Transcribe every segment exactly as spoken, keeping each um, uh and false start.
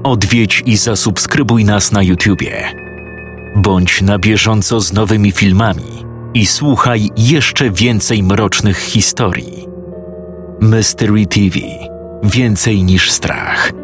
odwiedź i zasubskrybuj nas na YouTubie. Bądź na bieżąco z nowymi filmami i słuchaj jeszcze więcej mrocznych historii. Mystery T V. Więcej niż strach.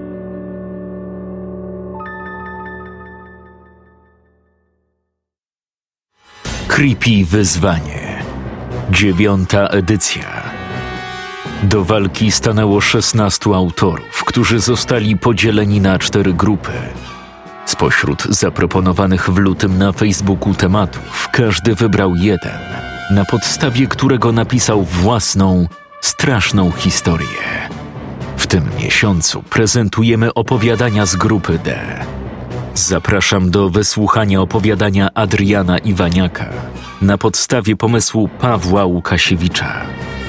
Creepy wyzwanie. Dziewiąta edycja. Do walki stanęło szesnastu autorów, którzy zostali podzieleni na cztery grupy. Spośród zaproponowanych w lutym na Facebooku tematów każdy wybrał jeden, na podstawie którego napisał własną, straszną historię. W tym miesiącu prezentujemy opowiadania z grupy D. Zapraszam do wysłuchania opowiadania Adriana Iwaniaka na podstawie pomysłu Pawła Łukasiewicza.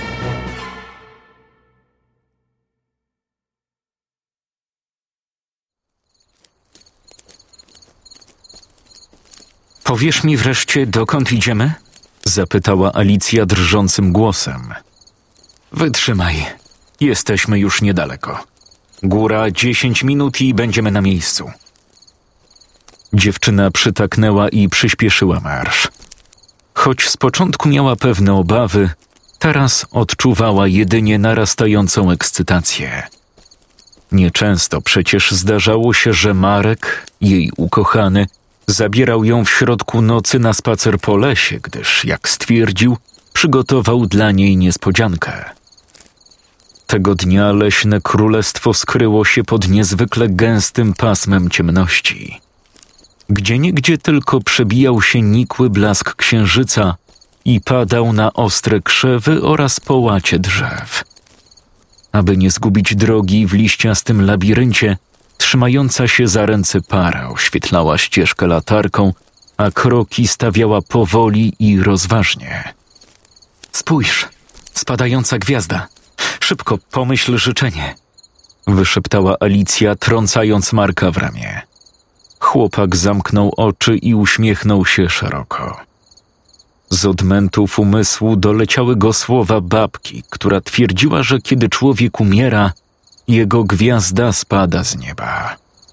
Powiesz mi wreszcie, dokąd idziemy? Zapytała Alicja drżącym głosem. Wytrzymaj. Jesteśmy już niedaleko. Góra dziesięć minut i będziemy na miejscu. Dziewczyna przytaknęła i przyspieszyła marsz. Choć z początku miała pewne obawy, teraz odczuwała jedynie narastającą ekscytację. Nieczęsto przecież zdarzało się, że Marek, jej ukochany, zabierał ją w środku nocy na spacer po lesie, gdyż, jak stwierdził, przygotował dla niej niespodziankę. Tego dnia leśne królestwo skryło się pod niezwykle gęstym pasmem ciemności. Gdzieniegdzie tylko przebijał się nikły blask księżyca i padał na ostre krzewy oraz połacie drzew. Aby nie zgubić drogi w liściastym labiryncie, trzymająca się za ręce para oświetlała ścieżkę latarką, a kroki stawiała powoli i rozważnie. Spójrz, spadająca gwiazda. Szybko pomyśl życzenie, wyszeptała Alicja, trącając Marka w ramię. Chłopak zamknął oczy i uśmiechnął się szeroko. Z odmętów umysłu doleciały go słowa babki, która twierdziła, że kiedy człowiek umiera, jego gwiazda spada z nieba.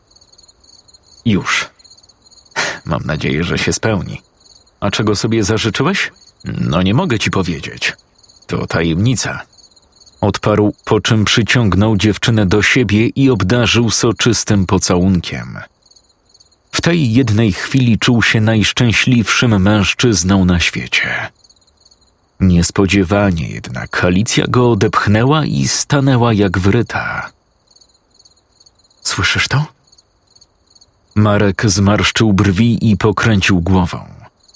Już. Mam nadzieję, że się spełni. A czego sobie zażyczyłeś? No nie mogę ci powiedzieć. To tajemnica. Odparł, po czym przyciągnął dziewczynę do siebie i obdarzył soczystym pocałunkiem. W tej jednej chwili czuł się najszczęśliwszym mężczyzną na świecie. Niespodziewanie jednak Alicja go odepchnęła i stanęła jak wryta. Słyszysz to? Marek zmarszczył brwi i pokręcił głową.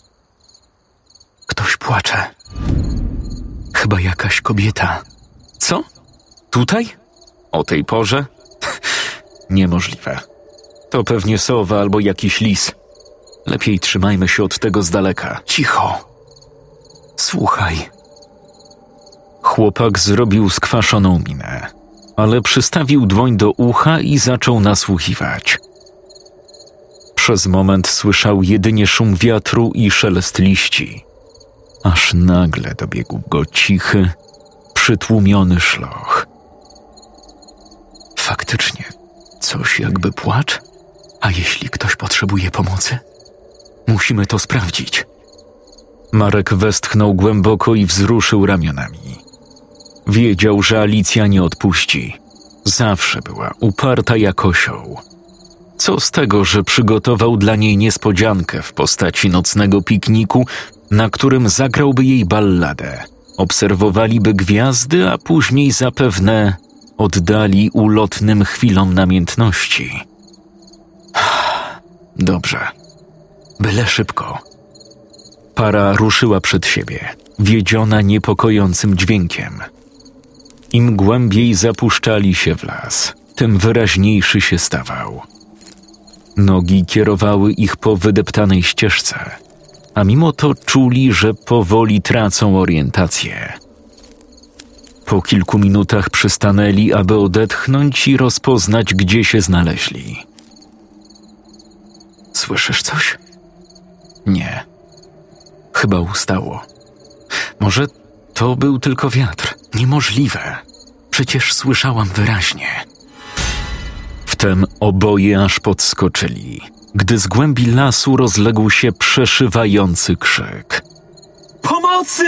Ktoś płacze. Chyba jakaś kobieta. Co? Tutaj? O tej porze? Niemożliwe. To pewnie sowa albo jakiś lis. Lepiej trzymajmy się od tego z daleka. Cicho. Słuchaj. Chłopak zrobił skwaszoną minę, ale przystawił dłoń do ucha i zaczął nasłuchiwać. Przez moment słyszał jedynie szum wiatru i szelest liści, aż nagle dobiegł go cichy, przytłumiony szloch. Faktycznie, coś jakby płacz? A jeśli ktoś potrzebuje pomocy? Musimy to sprawdzić. Marek westchnął głęboko i wzruszył ramionami. Wiedział, że Alicja nie odpuści. Zawsze była uparta jak osioł. Co z tego, że przygotował dla niej niespodziankę w postaci nocnego pikniku, na którym zagrałby jej balladę, obserwowaliby gwiazdy, a później zapewne oddali ulotnym chwilom namiętności. Dobrze. Byle szybko. Para ruszyła przed siebie, wiedziona niepokojącym dźwiękiem. Im głębiej zapuszczali się w las, tym wyraźniejszy się stawał. Nogi kierowały ich po wydeptanej ścieżce, a mimo to czuli, że powoli tracą orientację. Po kilku minutach przystanęli, aby odetchnąć i rozpoznać, gdzie się znaleźli. Słyszysz coś? Nie. Chyba ustało. Może to był tylko wiatr. Niemożliwe. Przecież słyszałam wyraźnie. W Wtem oboje aż podskoczyli, gdy z głębi lasu rozległ się przeszywający krzyk. Pomocy!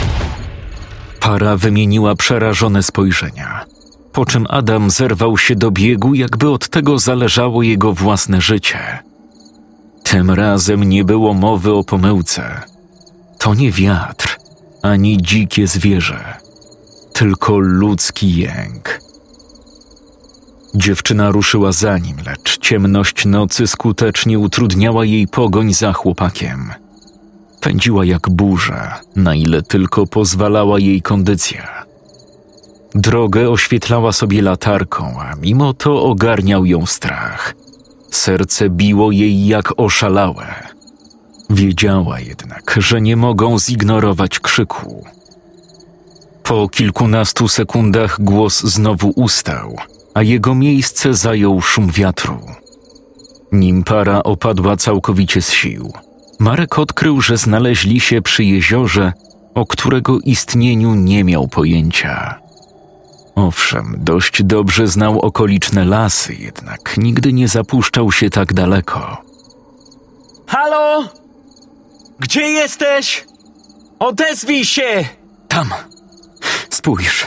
Para wymieniła przerażone spojrzenia, po czym Adam zerwał się do biegu, jakby od tego zależało jego własne życie. Tym razem nie było mowy o pomyłce. To nie wiatr, ani dzikie zwierzę, tylko ludzki jęk. Dziewczyna ruszyła za nim, lecz ciemność nocy skutecznie utrudniała jej pogoń za chłopakiem. Pędziła jak burza, na ile tylko pozwalała jej kondycja. Drogę oświetlała sobie latarką, a mimo to ogarniał ją strach. Serce biło jej jak oszalałe. Wiedziała jednak, że nie mogą zignorować krzyku. Po kilkunastu sekundach głos znowu ustał, a jego miejsce zajął szum wiatru. Nim para opadła całkowicie z sił, Marek odkrył, że znaleźli się przy jeziorze, o którego istnieniu nie miał pojęcia. Owszem, dość dobrze znał okoliczne lasy, jednak nigdy nie zapuszczał się tak daleko. Halo? Gdzie jesteś? Odezwij się! Tam! Spójrz!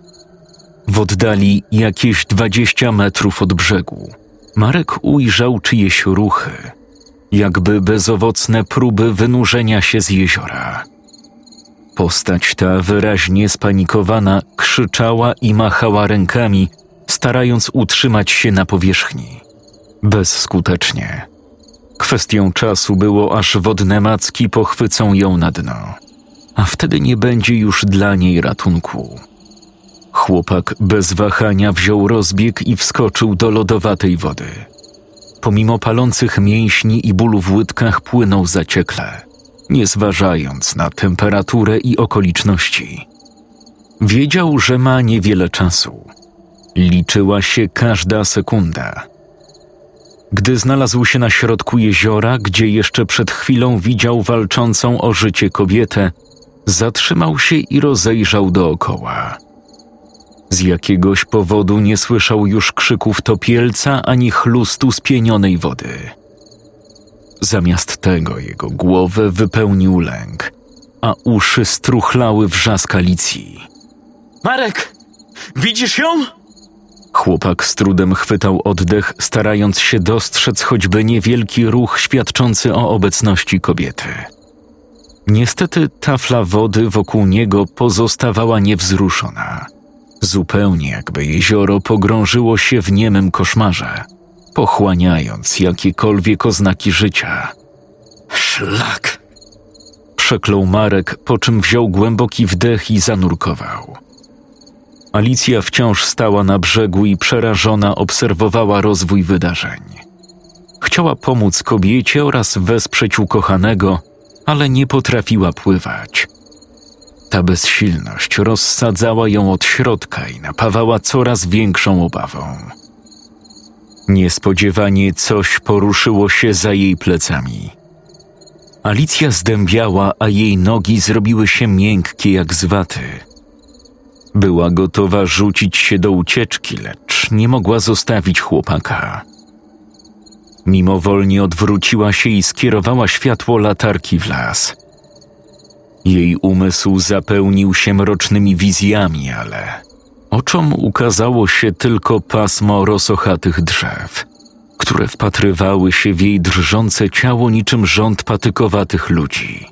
W oddali jakieś dwadzieścia metrów od brzegu Marek ujrzał czyjeś ruchy, jakby bezowocne próby wynurzenia się z jeziora. Postać ta, wyraźnie spanikowana, krzyczała i machała rękami, starając utrzymać się na powierzchni. Bezskutecznie. Kwestią czasu było, aż wodne macki pochwycą ją na dno, a wtedy nie będzie już dla niej ratunku. Chłopak bez wahania wziął rozbieg i wskoczył do lodowatej wody. Pomimo palących mięśni i bólu w łydkach płynął zaciekle, nie zważając na temperaturę i okoliczności. Wiedział, że ma niewiele czasu. Liczyła się każda sekunda. Gdy znalazł się na środku jeziora, gdzie jeszcze przed chwilą widział walczącą o życie kobietę, zatrzymał się i rozejrzał dookoła. Z jakiegoś powodu nie słyszał już krzyków topielca ani chlustu spienionej wody. Zamiast tego jego głowę wypełnił lęk, a uszy struchlały wrzask Alicji. Marek, widzisz ją? Chłopak z trudem chwytał oddech, starając się dostrzec choćby niewielki ruch świadczący o obecności kobiety. Niestety tafla wody wokół niego pozostawała niewzruszona, zupełnie jakby jezioro pogrążyło się w niemym koszmarze, pochłaniając jakiekolwiek oznaki życia. Szlak! Przeklął Marek, po czym wziął głęboki wdech i zanurkował. Alicja wciąż stała na brzegu i przerażona obserwowała rozwój wydarzeń. Chciała pomóc kobiecie oraz wesprzeć ukochanego, ale nie potrafiła pływać. Ta bezsilność rozsadzała ją od środka i napawała coraz większą obawą. Niespodziewanie coś poruszyło się za jej plecami. Alicja zdębiała, a jej nogi zrobiły się miękkie jak z waty. Była gotowa rzucić się do ucieczki, lecz nie mogła zostawić chłopaka. Mimowolnie odwróciła się i skierowała światło latarki w las. Jej umysł zapełnił się mrocznymi wizjami, ale oczom ukazało się tylko pasmo rosochatych drzew, które wpatrywały się w jej drżące ciało niczym rząd patykowatych ludzi.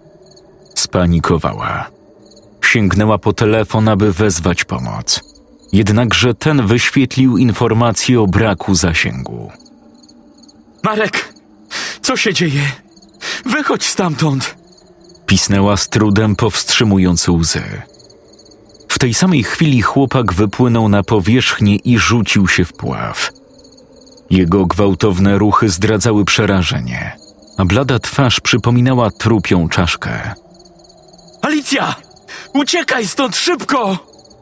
Spanikowała. Sięgnęła po telefon, aby wezwać pomoc. Jednakże ten wyświetlił informację o braku zasięgu. Marek, co się dzieje? Wychodź stamtąd! Pisnęła z trudem, powstrzymując łzy. W tej samej chwili chłopak wypłynął na powierzchnię i rzucił się w pław. Jego gwałtowne ruchy zdradzały przerażenie, a blada twarz przypominała trupią czaszkę. Alicja! Uciekaj stąd szybko!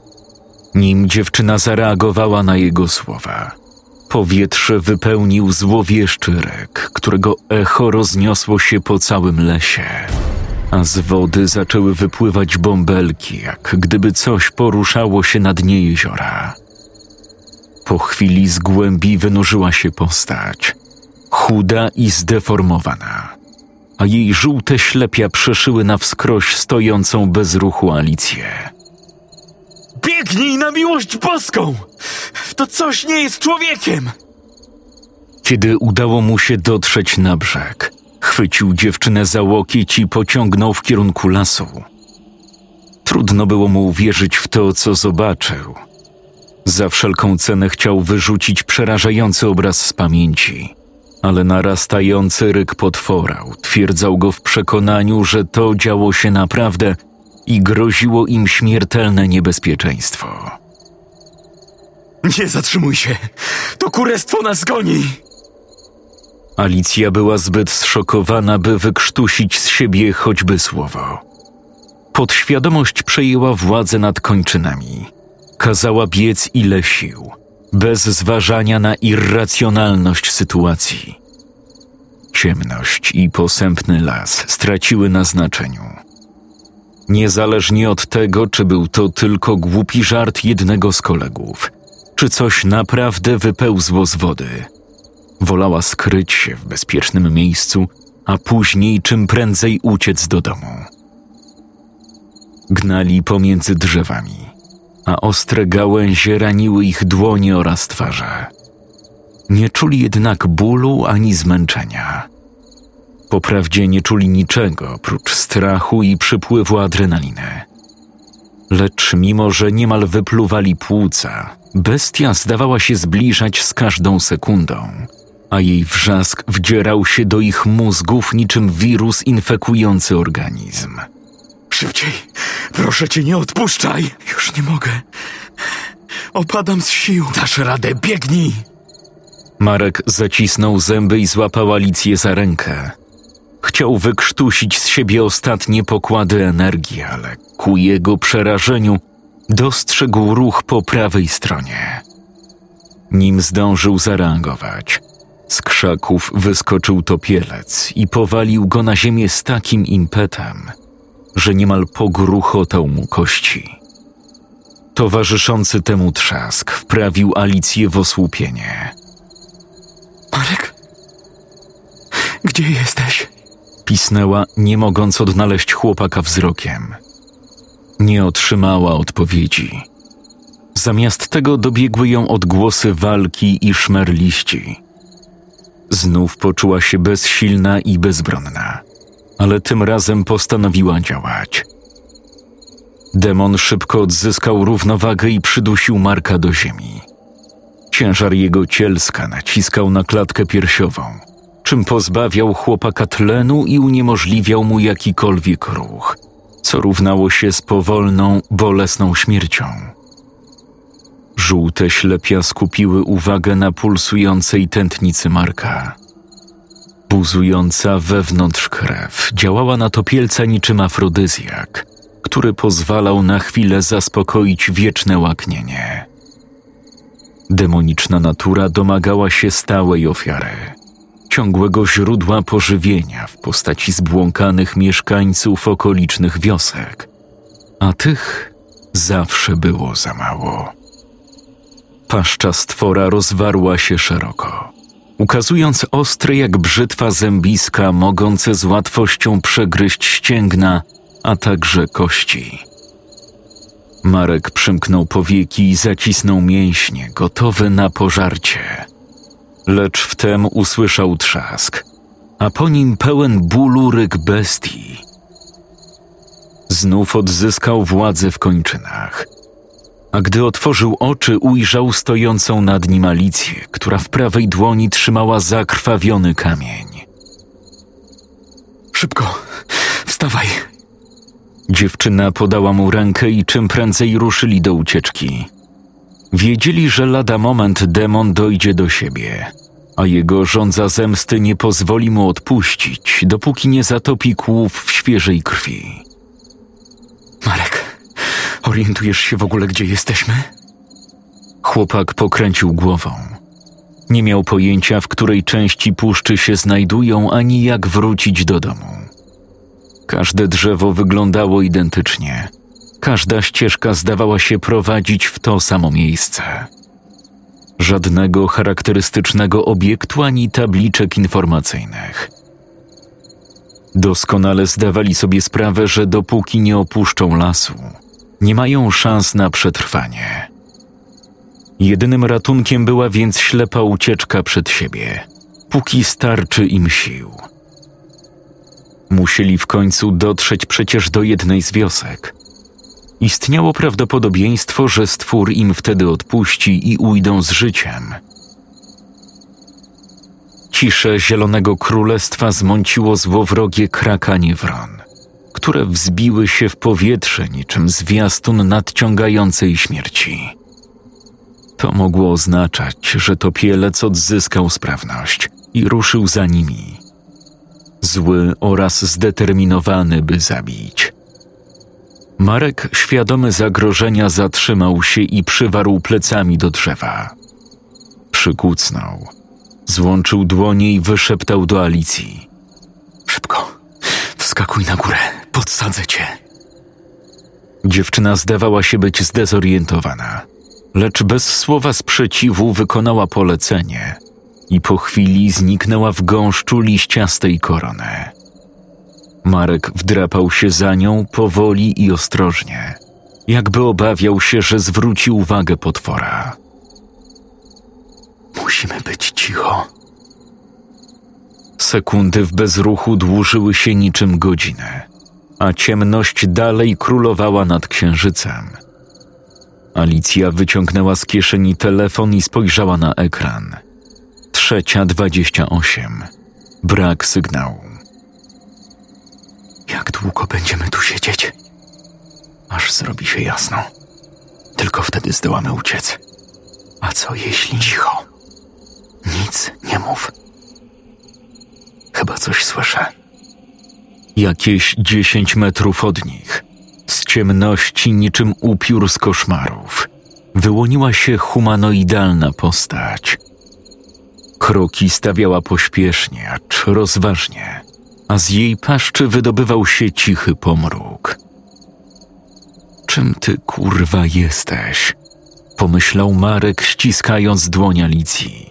Nim dziewczyna zareagowała na jego słowa, powietrze wypełnił złowieszczy ryk, którego echo rozniosło się po całym lesie, a z wody zaczęły wypływać bąbelki, jak gdyby coś poruszało się na dnie jeziora. Po chwili z głębi wynurzyła się postać, chuda i zdeformowana, a jej żółte ślepia przeszyły na wskroś stojącą bez ruchu Alicję. Biegnij na miłość boską! To coś nie jest człowiekiem! Kiedy udało mu się dotrzeć na brzeg, chwycił dziewczynę za łokieć i pociągnął w kierunku lasu. Trudno było mu uwierzyć w to, co zobaczył. Za wszelką cenę chciał wyrzucić przerażający obraz z pamięci, ale narastający ryk potwora utwierdzał go w przekonaniu, że to działo się naprawdę i groziło im śmiertelne niebezpieczeństwo. Nie zatrzymuj się! To kurestwo nas goni! Alicja była zbyt zszokowana, by wykrztusić z siebie choćby słowo. Podświadomość przejęła władzę nad kończynami. Kazała biec ile sił, bez zważania na irracjonalność sytuacji. Ciemność i posępny las straciły na znaczeniu. Niezależnie od tego, czy był to tylko głupi żart jednego z kolegów, czy coś naprawdę wypełzło z wody, wolała skryć się w bezpiecznym miejscu, a później czym prędzej uciec do domu. Gnali pomiędzy drzewami, a ostre gałęzie raniły ich dłonie oraz twarze. Nie czuli jednak bólu ani zmęczenia. Poprawdzie nie czuli niczego oprócz strachu i przypływu adrenaliny. Lecz mimo, że niemal wypluwali płuca, bestia zdawała się zbliżać z każdą sekundą, a jej wrzask wdzierał się do ich mózgów niczym wirus infekujący organizm. Szybciej! Proszę cię, nie odpuszczaj! Już nie mogę. Opadam z sił. Dasz radę, biegnij! Marek zacisnął zęby i złapał Alicję za rękę. Chciał wykrztusić z siebie ostatnie pokłady energii, ale ku jego przerażeniu dostrzegł ruch po prawej stronie. Nim zdążył zareagować, z krzaków wyskoczył topielec i powalił go na ziemię z takim impetem, że niemal pogruchotał mu kości. Towarzyszący temu trzask wprawił Alicję w osłupienie. Marek? Gdzie jesteś? Pisnęła, nie mogąc odnaleźć chłopaka wzrokiem. Nie otrzymała odpowiedzi. Zamiast tego dobiegły ją odgłosy walki i szmer liści. Znów poczuła się bezsilna i bezbronna, ale tym razem postanowiła działać. Demon szybko odzyskał równowagę i przydusił Marka do ziemi. Ciężar jego cielska naciskał na klatkę piersiową, czym pozbawiał chłopaka tlenu i uniemożliwiał mu jakikolwiek ruch, co równało się z powolną, bolesną śmiercią. Żółte ślepia skupiły uwagę na pulsującej tętnicy Marka. Buzująca wewnątrz krew działała na topielca niczym afrodyzjak, który pozwalał na chwilę zaspokoić wieczne łaknienie. Demoniczna natura domagała się stałej ofiary, ciągłego źródła pożywienia w postaci zbłąkanych mieszkańców okolicznych wiosek, a tych zawsze było za mało. Paszcza stwora rozwarła się szeroko, ukazując ostre jak brzytwa zębiska mogące z łatwością przegryźć ścięgna, a także kości. Marek przymknął powieki i zacisnął mięśnie, gotowe na pożarcie. Lecz wtem usłyszał trzask, a po nim pełen bólu ryk bestii. Znów odzyskał władzę w kończynach, a gdy otworzył oczy, ujrzał stojącą nad nim Alicję, która w prawej dłoni trzymała zakrwawiony kamień. Szybko, wstawaj! Dziewczyna podała mu rękę i czym prędzej ruszyli do ucieczki. Wiedzieli, że lada moment demon dojdzie do siebie, a jego żądza zemsty nie pozwoli mu odpuścić, dopóki nie zatopi kłów w świeżej krwi. Marek, orientujesz się w ogóle, gdzie jesteśmy? Chłopak pokręcił głową. Nie miał pojęcia, w której części puszczy się znajdują, ani jak wrócić do domu. Każde drzewo wyglądało identycznie. Każda ścieżka zdawała się prowadzić w to samo miejsce. Żadnego charakterystycznego obiektu ani tabliczek informacyjnych. Doskonale zdawali sobie sprawę, że dopóki nie opuszczą lasu, nie mają szans na przetrwanie. Jedynym ratunkiem była więc ślepa ucieczka przed siebie, póki starczy im sił. Musieli w końcu dotrzeć przecież do jednej z wiosek. Istniało prawdopodobieństwo, że stwór im wtedy odpuści i ujdą z życiem. Ciszę Zielonego Królestwa zmąciło złowrogie krakanie wron, które wzbiły się w powietrze niczym zwiastun nadciągającej śmierci. To mogło oznaczać, że topielec odzyskał sprawność i ruszył za nimi. Zły oraz zdeterminowany, by zabić. Marek, świadomy zagrożenia, zatrzymał się i przywarł plecami do drzewa. Przykucnął, złączył dłonie i wyszeptał do Alicji. Szybko, wskakuj na górę, podsadzę cię. Dziewczyna zdawała się być zdezorientowana, lecz bez słowa sprzeciwu wykonała polecenie i po chwili zniknęła w gąszczu liściastej korony. Marek wdrapał się za nią powoli i ostrożnie, jakby obawiał się, że zwróci uwagę potwora. Musimy być cicho. Sekundy w bezruchu dłużyły się niczym godziny, a ciemność dalej królowała nad księżycem. Alicja wyciągnęła z kieszeni telefon i spojrzała na ekran. Trzecia dwadzieścia osiem. Brak sygnału. Jak długo będziemy tu siedzieć? Aż zrobi się jasno. Tylko wtedy zdołamy uciec. A co jeśli... Cicho. Nic nie mów. Chyba coś słyszę. Jakieś dziesięć metrów od nich, z ciemności niczym upiór z koszmarów, wyłoniła się humanoidalna postać. Kroki stawiała pośpiesznie, acz rozważnie, a z jej paszczy wydobywał się cichy pomruk. Czym ty, kurwa, jesteś? Pomyślał Marek, ściskając dłoń Alicji.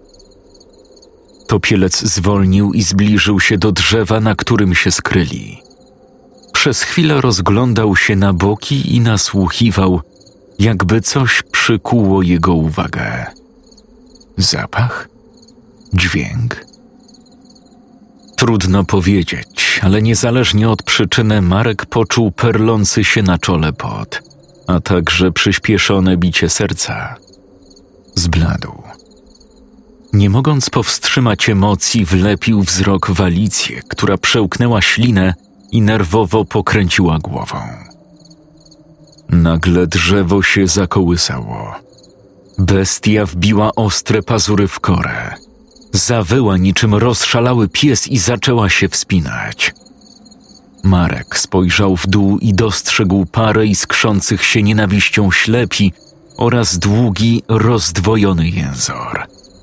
Topielec zwolnił i zbliżył się do drzewa, na którym się skryli. Przez chwilę rozglądał się na boki i nasłuchiwał, jakby coś przykuło jego uwagę. Zapach? Dźwięk? Trudno powiedzieć, ale niezależnie od przyczyny Marek poczuł perlący się na czole pot, a także przyspieszone bicie serca. Zbladł. Nie mogąc powstrzymać emocji, wlepił wzrok w Alicję, która przełknęła ślinę i nerwowo pokręciła głową. Nagle drzewo się zakołysało. Bestia wbiła ostre pazury w korę. Zawyła niczym rozszalały pies i zaczęła się wspinać. Marek spojrzał w dół i dostrzegł parę iskrzących się nienawiścią ślepi oraz długi, rozdwojony jęzor.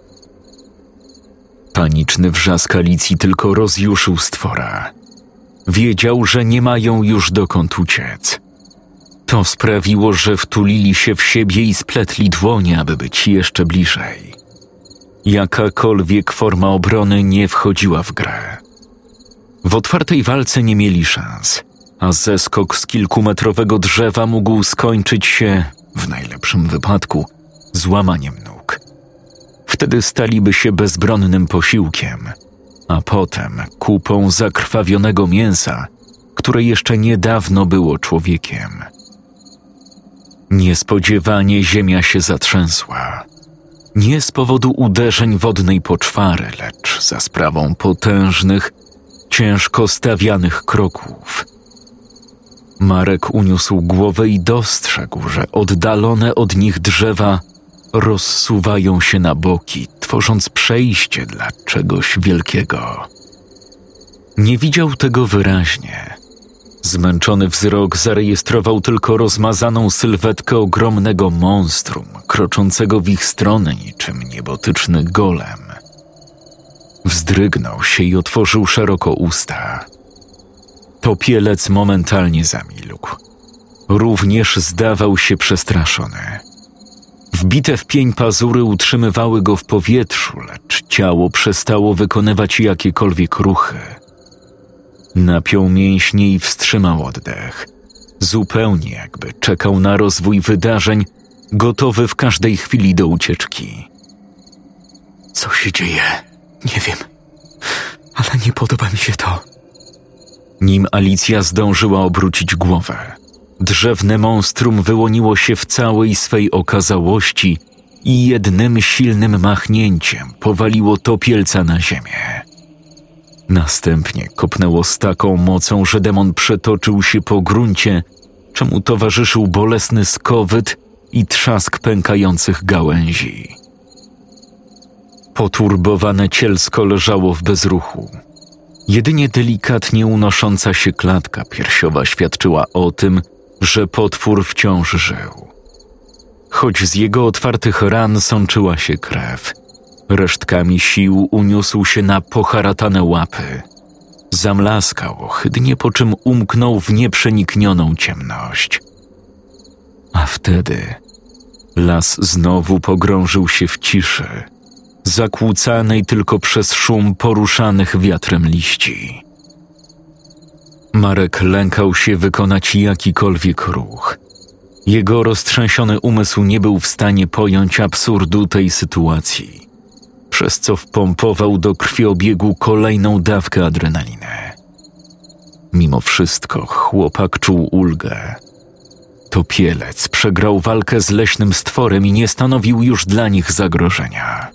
Paniczny wrzask Alicji tylko rozjuszył stwora. Wiedział, że nie mają już dokąd uciec. To sprawiło, że wtulili się w siebie i spletli dłonie, aby być jeszcze bliżej. Jakakolwiek forma obrony nie wchodziła w grę. W otwartej walce nie mieli szans, a zeskok z kilkumetrowego drzewa mógł skończyć się, w najlepszym wypadku, złamaniem nóg. Wtedy staliby się bezbronnym posiłkiem, a potem kupą zakrwawionego mięsa, które jeszcze niedawno było człowiekiem. Niespodziewanie ziemia się zatrzęsła. Nie z powodu uderzeń wodnej poczwary, lecz za sprawą potężnych, ciężko stawianych kroków. Marek uniósł głowę i dostrzegł, że oddalone od nich drzewa rozsuwają się na boki, tworząc przejście dla czegoś wielkiego. Nie widział tego wyraźnie. Zmęczony wzrok zarejestrował tylko rozmazaną sylwetkę ogromnego monstrum, kroczącego w ich stronę niczym niebotyczny golem. Wzdrygnął się i otworzył szeroko usta. Topielec momentalnie zamilkł. Również zdawał się przestraszony. Wbite w pień pazury utrzymywały go w powietrzu, lecz ciało przestało wykonywać jakiekolwiek ruchy. Napiął mięśnie i wstrzymał oddech. Zupełnie jakby czekał na rozwój wydarzeń, gotowy w każdej chwili do ucieczki. Co się dzieje? Nie wiem, ale nie podoba mi się to. Nim Alicja zdążyła obrócić głowę, drzewne monstrum wyłoniło się w całej swej okazałości i jednym silnym machnięciem powaliło topielca na ziemię. Następnie kopnęło z taką mocą, że demon przetoczył się po gruncie, czemu towarzyszył bolesny skowyt i trzask pękających gałęzi. Poturbowane cielsko leżało w bezruchu. Jedynie delikatnie unosząca się klatka piersiowa świadczyła o tym, że potwór wciąż żył. Choć z jego otwartych ran sączyła się krew, resztkami sił uniósł się na poharatane łapy. Zamlaskał ohydnie, po czym umknął w nieprzeniknioną ciemność. A wtedy las znowu pogrążył się w ciszy, zakłócanej tylko przez szum poruszanych wiatrem liści. Marek lękał się wykonać jakikolwiek ruch. Jego roztrzęsiony umysł nie był w stanie pojąć absurdu tej sytuacji, przez co wpompował do krwiobiegu kolejną dawkę adrenaliny. Mimo wszystko chłopak czuł ulgę. Topielec przegrał walkę z leśnym stworem i nie stanowił już dla nich zagrożenia.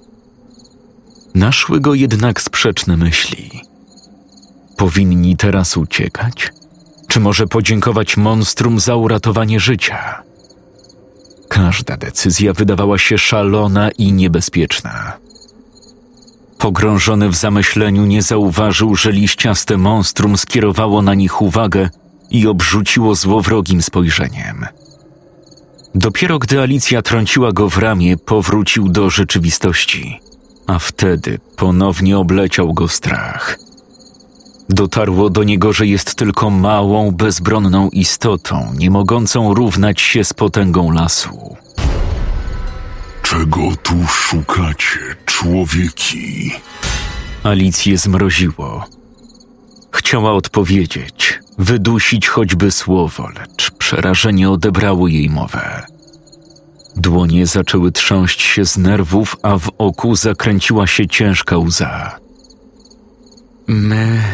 Naszły go jednak sprzeczne myśli. Powinni teraz uciekać? Czy może podziękować monstrum za uratowanie życia? Każda decyzja wydawała się szalona i niebezpieczna. Pogrążony w zamyśleniu nie zauważył, że liściaste monstrum skierowało na nich uwagę i obrzuciło złowrogim spojrzeniem. Dopiero gdy Alicja trąciła go w ramię, powrócił do rzeczywistości, a wtedy ponownie obleciał go strach. Dotarło do niego, że jest tylko małą, bezbronną istotą, nie mogącą równać się z potęgą lasu. Czego tu szukacie, człowieki? Alicję zmroziło. Chciała odpowiedzieć, wydusić choćby słowo, lecz przerażenie odebrało jej mowę. Dłonie zaczęły trząść się z nerwów, a w oku zakręciła się ciężka łza. My...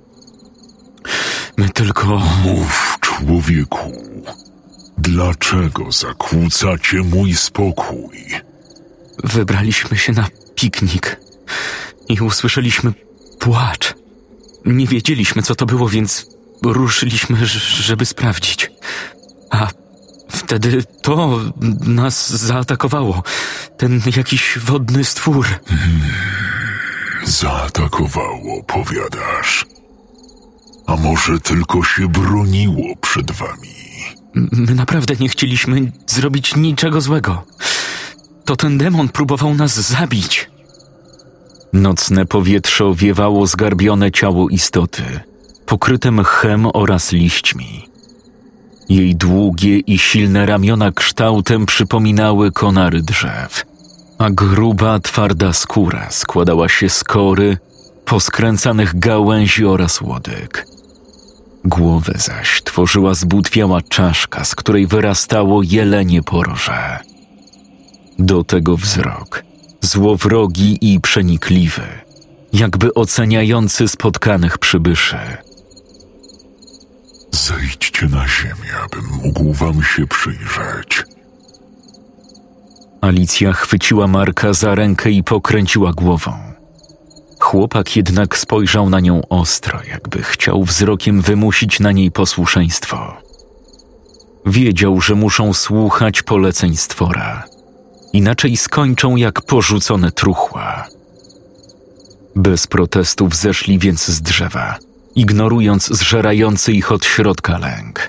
My tylko... Mów, człowieku. Dlaczego zakłócacie mój spokój? Wybraliśmy się na piknik i usłyszeliśmy płacz. Nie wiedzieliśmy, co to było, więc ruszyliśmy, żeby sprawdzić. A wtedy to nas zaatakowało. Ten jakiś wodny stwór. Hmm, zaatakowało, powiadasz? A może tylko się broniło przed wami? My naprawdę nie chcieliśmy zrobić niczego złego. To ten demon próbował nas zabić. Nocne powietrze owiewało zgarbione ciało istoty, pokryte mchem oraz liśćmi. Jej długie i silne ramiona kształtem przypominały konary drzew, a gruba, twarda skóra składała się z kory, poskręcanych gałęzi oraz łodyg. Głowę zaś tworzyła zbutwiała czaszka, z której wyrastało jelenie poroże. Do tego wzrok, złowrogi i przenikliwy, jakby oceniający spotkanych przybyszy. Zejdźcie na ziemię, abym mógł wam się przyjrzeć. Alicja chwyciła Marka za rękę i pokręciła głową. Chłopak jednak spojrzał na nią ostro, jakby chciał wzrokiem wymusić na niej posłuszeństwo. Wiedział, że muszą słuchać poleceń stwora, inaczej skończą jak porzucone truchła. Bez protestów zeszli więc z drzewa, ignorując zżerający ich od środka lęk.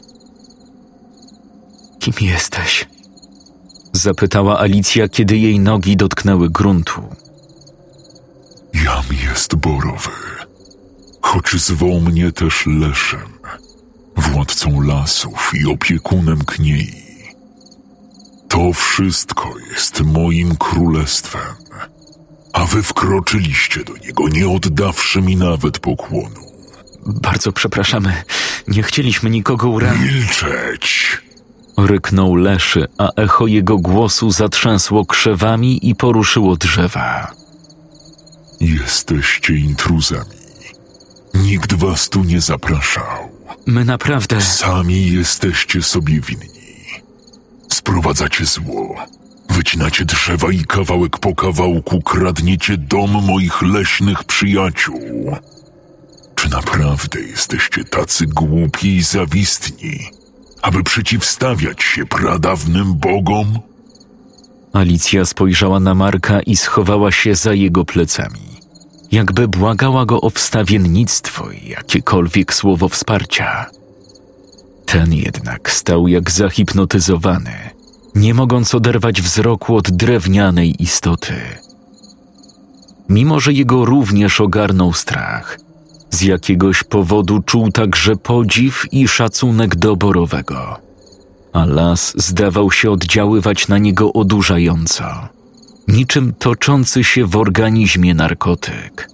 Kim jesteś? Zapytała Alicja, kiedy jej nogi dotknęły gruntu. Jam jest borowy, choć zwą mnie też Leszem, władcą lasów i opiekunem kniei. To wszystko jest moim królestwem, a wy wkroczyliście do niego, nie oddawszy mi nawet pokłonu. Bardzo przepraszamy. Nie chcieliśmy nikogo urazić. Milczeć! Ryknął Leszy, a echo jego głosu zatrzęsło krzewami i poruszyło drzewa. Jesteście intruzami. Nikt was tu nie zapraszał. My naprawdę... Sami jesteście sobie winni. Sprowadzacie zło. Wycinacie drzewa i kawałek po kawałku kradniecie dom moich leśnych przyjaciół. Czy naprawdę jesteście tacy głupi i zawistni, aby przeciwstawiać się pradawnym bogom? Alicja spojrzała na Marka i schowała się za jego plecami, jakby błagała go o wstawiennictwo i jakiekolwiek słowo wsparcia. Ten jednak stał jak zahipnotyzowany, nie mogąc oderwać wzroku od drewnianej istoty. Mimo że jego również ogarnął strach, z jakiegoś powodu czuł także podziw i szacunek do Borowego, a las zdawał się oddziaływać na niego odurzająco, niczym toczący się w organizmie narkotyk.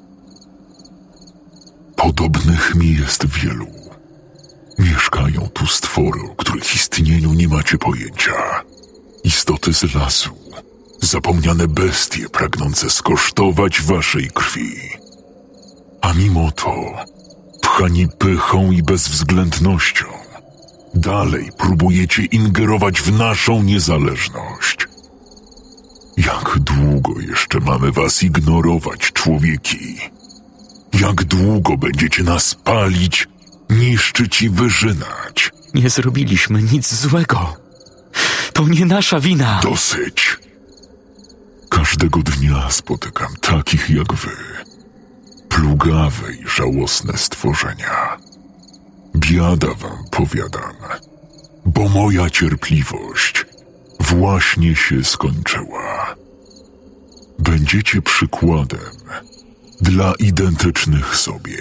Podobnych mi jest wielu. Mieszkają tu stwory, o których istnieniu nie macie pojęcia. Istoty z lasu, zapomniane bestie pragnące skosztować waszej krwi. A mimo to, pchani pychą i bezwzględnością, dalej próbujecie ingerować w naszą niezależność. Jak długo jeszcze mamy was ignorować, człowieki? Jak długo będziecie nas palić, niszczyć i wyżynać? Nie zrobiliśmy nic złego. To nie nasza wina. Dosyć. Każdego dnia spotykam takich jak wy. Plugawe i żałosne stworzenia. Biada wam, powiadam, bo moja cierpliwość właśnie się skończyła. Będziecie przykładem dla identycznych sobie.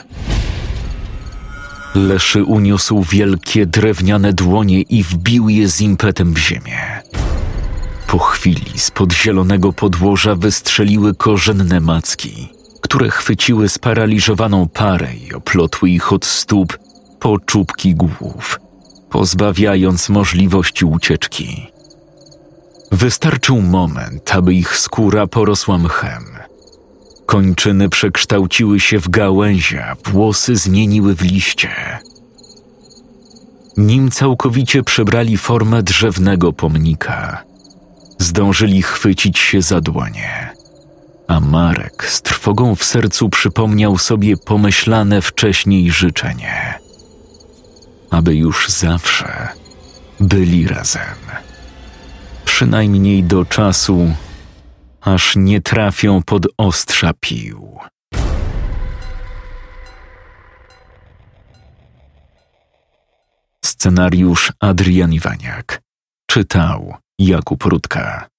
Leszy uniósł wielkie drewniane dłonie i wbił je z impetem w ziemię. Po chwili spod zielonego podłoża wystrzeliły korzenne macki, które chwyciły sparaliżowaną parę i oplotły ich od stóp po czubki głów, pozbawiając możliwości ucieczki. Wystarczył moment, aby ich skóra porosła mchem. Kończyny przekształciły się w gałęzie, a włosy zmieniły w liście. Nim całkowicie przybrali formę drzewnego pomnika, zdążyli chwycić się za dłonie, a Marek z trwogą w sercu przypomniał sobie pomyślane wcześniej życzenie, aby już zawsze byli razem. Przynajmniej do czasu, aż nie trafią pod ostrza pił. Scenariusz Adrian Iwaniak. Czytał Jakub Rutka.